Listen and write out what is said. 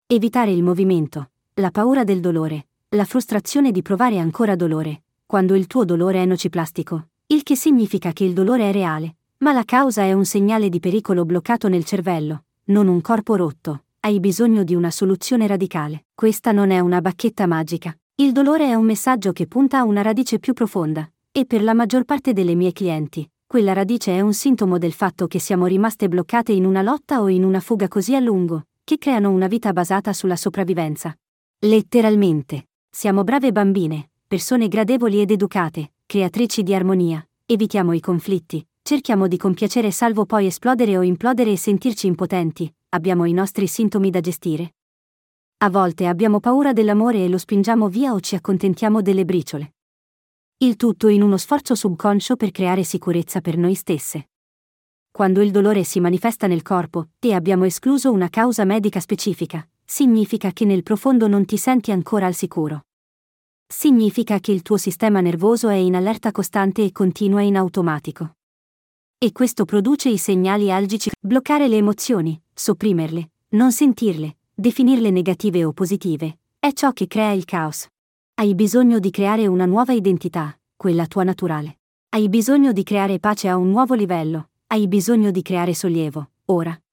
Evitare il movimento, la paura del dolore, la frustrazione di provare ancora dolore, quando il tuo dolore è nociplastico, il che significa che il dolore è reale, ma la causa è un segnale di pericolo bloccato nel cervello, non un corpo rotto. Hai bisogno di una soluzione radicale. Questa non è una bacchetta magica. Il dolore è un messaggio che punta a una radice più profonda, e per la maggior parte delle mie clienti, quella radice è un sintomo del fatto che siamo rimaste bloccate in una lotta o in una fuga così a lungo, che creano una vita basata sulla sopravvivenza. Letteralmente. Siamo brave bambine, persone gradevoli ed educate, creatrici di armonia, evitiamo i conflitti, cerchiamo di compiacere salvo poi esplodere o implodere e sentirci impotenti, abbiamo i nostri sintomi da gestire. A volte abbiamo paura dell'amore e lo spingiamo via o ci accontentiamo delle briciole. Il tutto in uno sforzo subconscio per creare sicurezza per noi stesse. Quando il dolore si manifesta nel corpo, e abbiamo escluso una causa medica specifica, significa che nel profondo non ti senti ancora al sicuro. Significa che il tuo sistema nervoso è in allerta costante e continua in automatico. E questo produce i segnali algici. Bloccare le emozioni, sopprimerle, non sentirle, definirle negative o positive, è ciò che crea il caos. Hai bisogno di creare una nuova identità, quella tua naturale. Hai bisogno di creare pace a un nuovo livello, hai bisogno di creare sollievo, ora.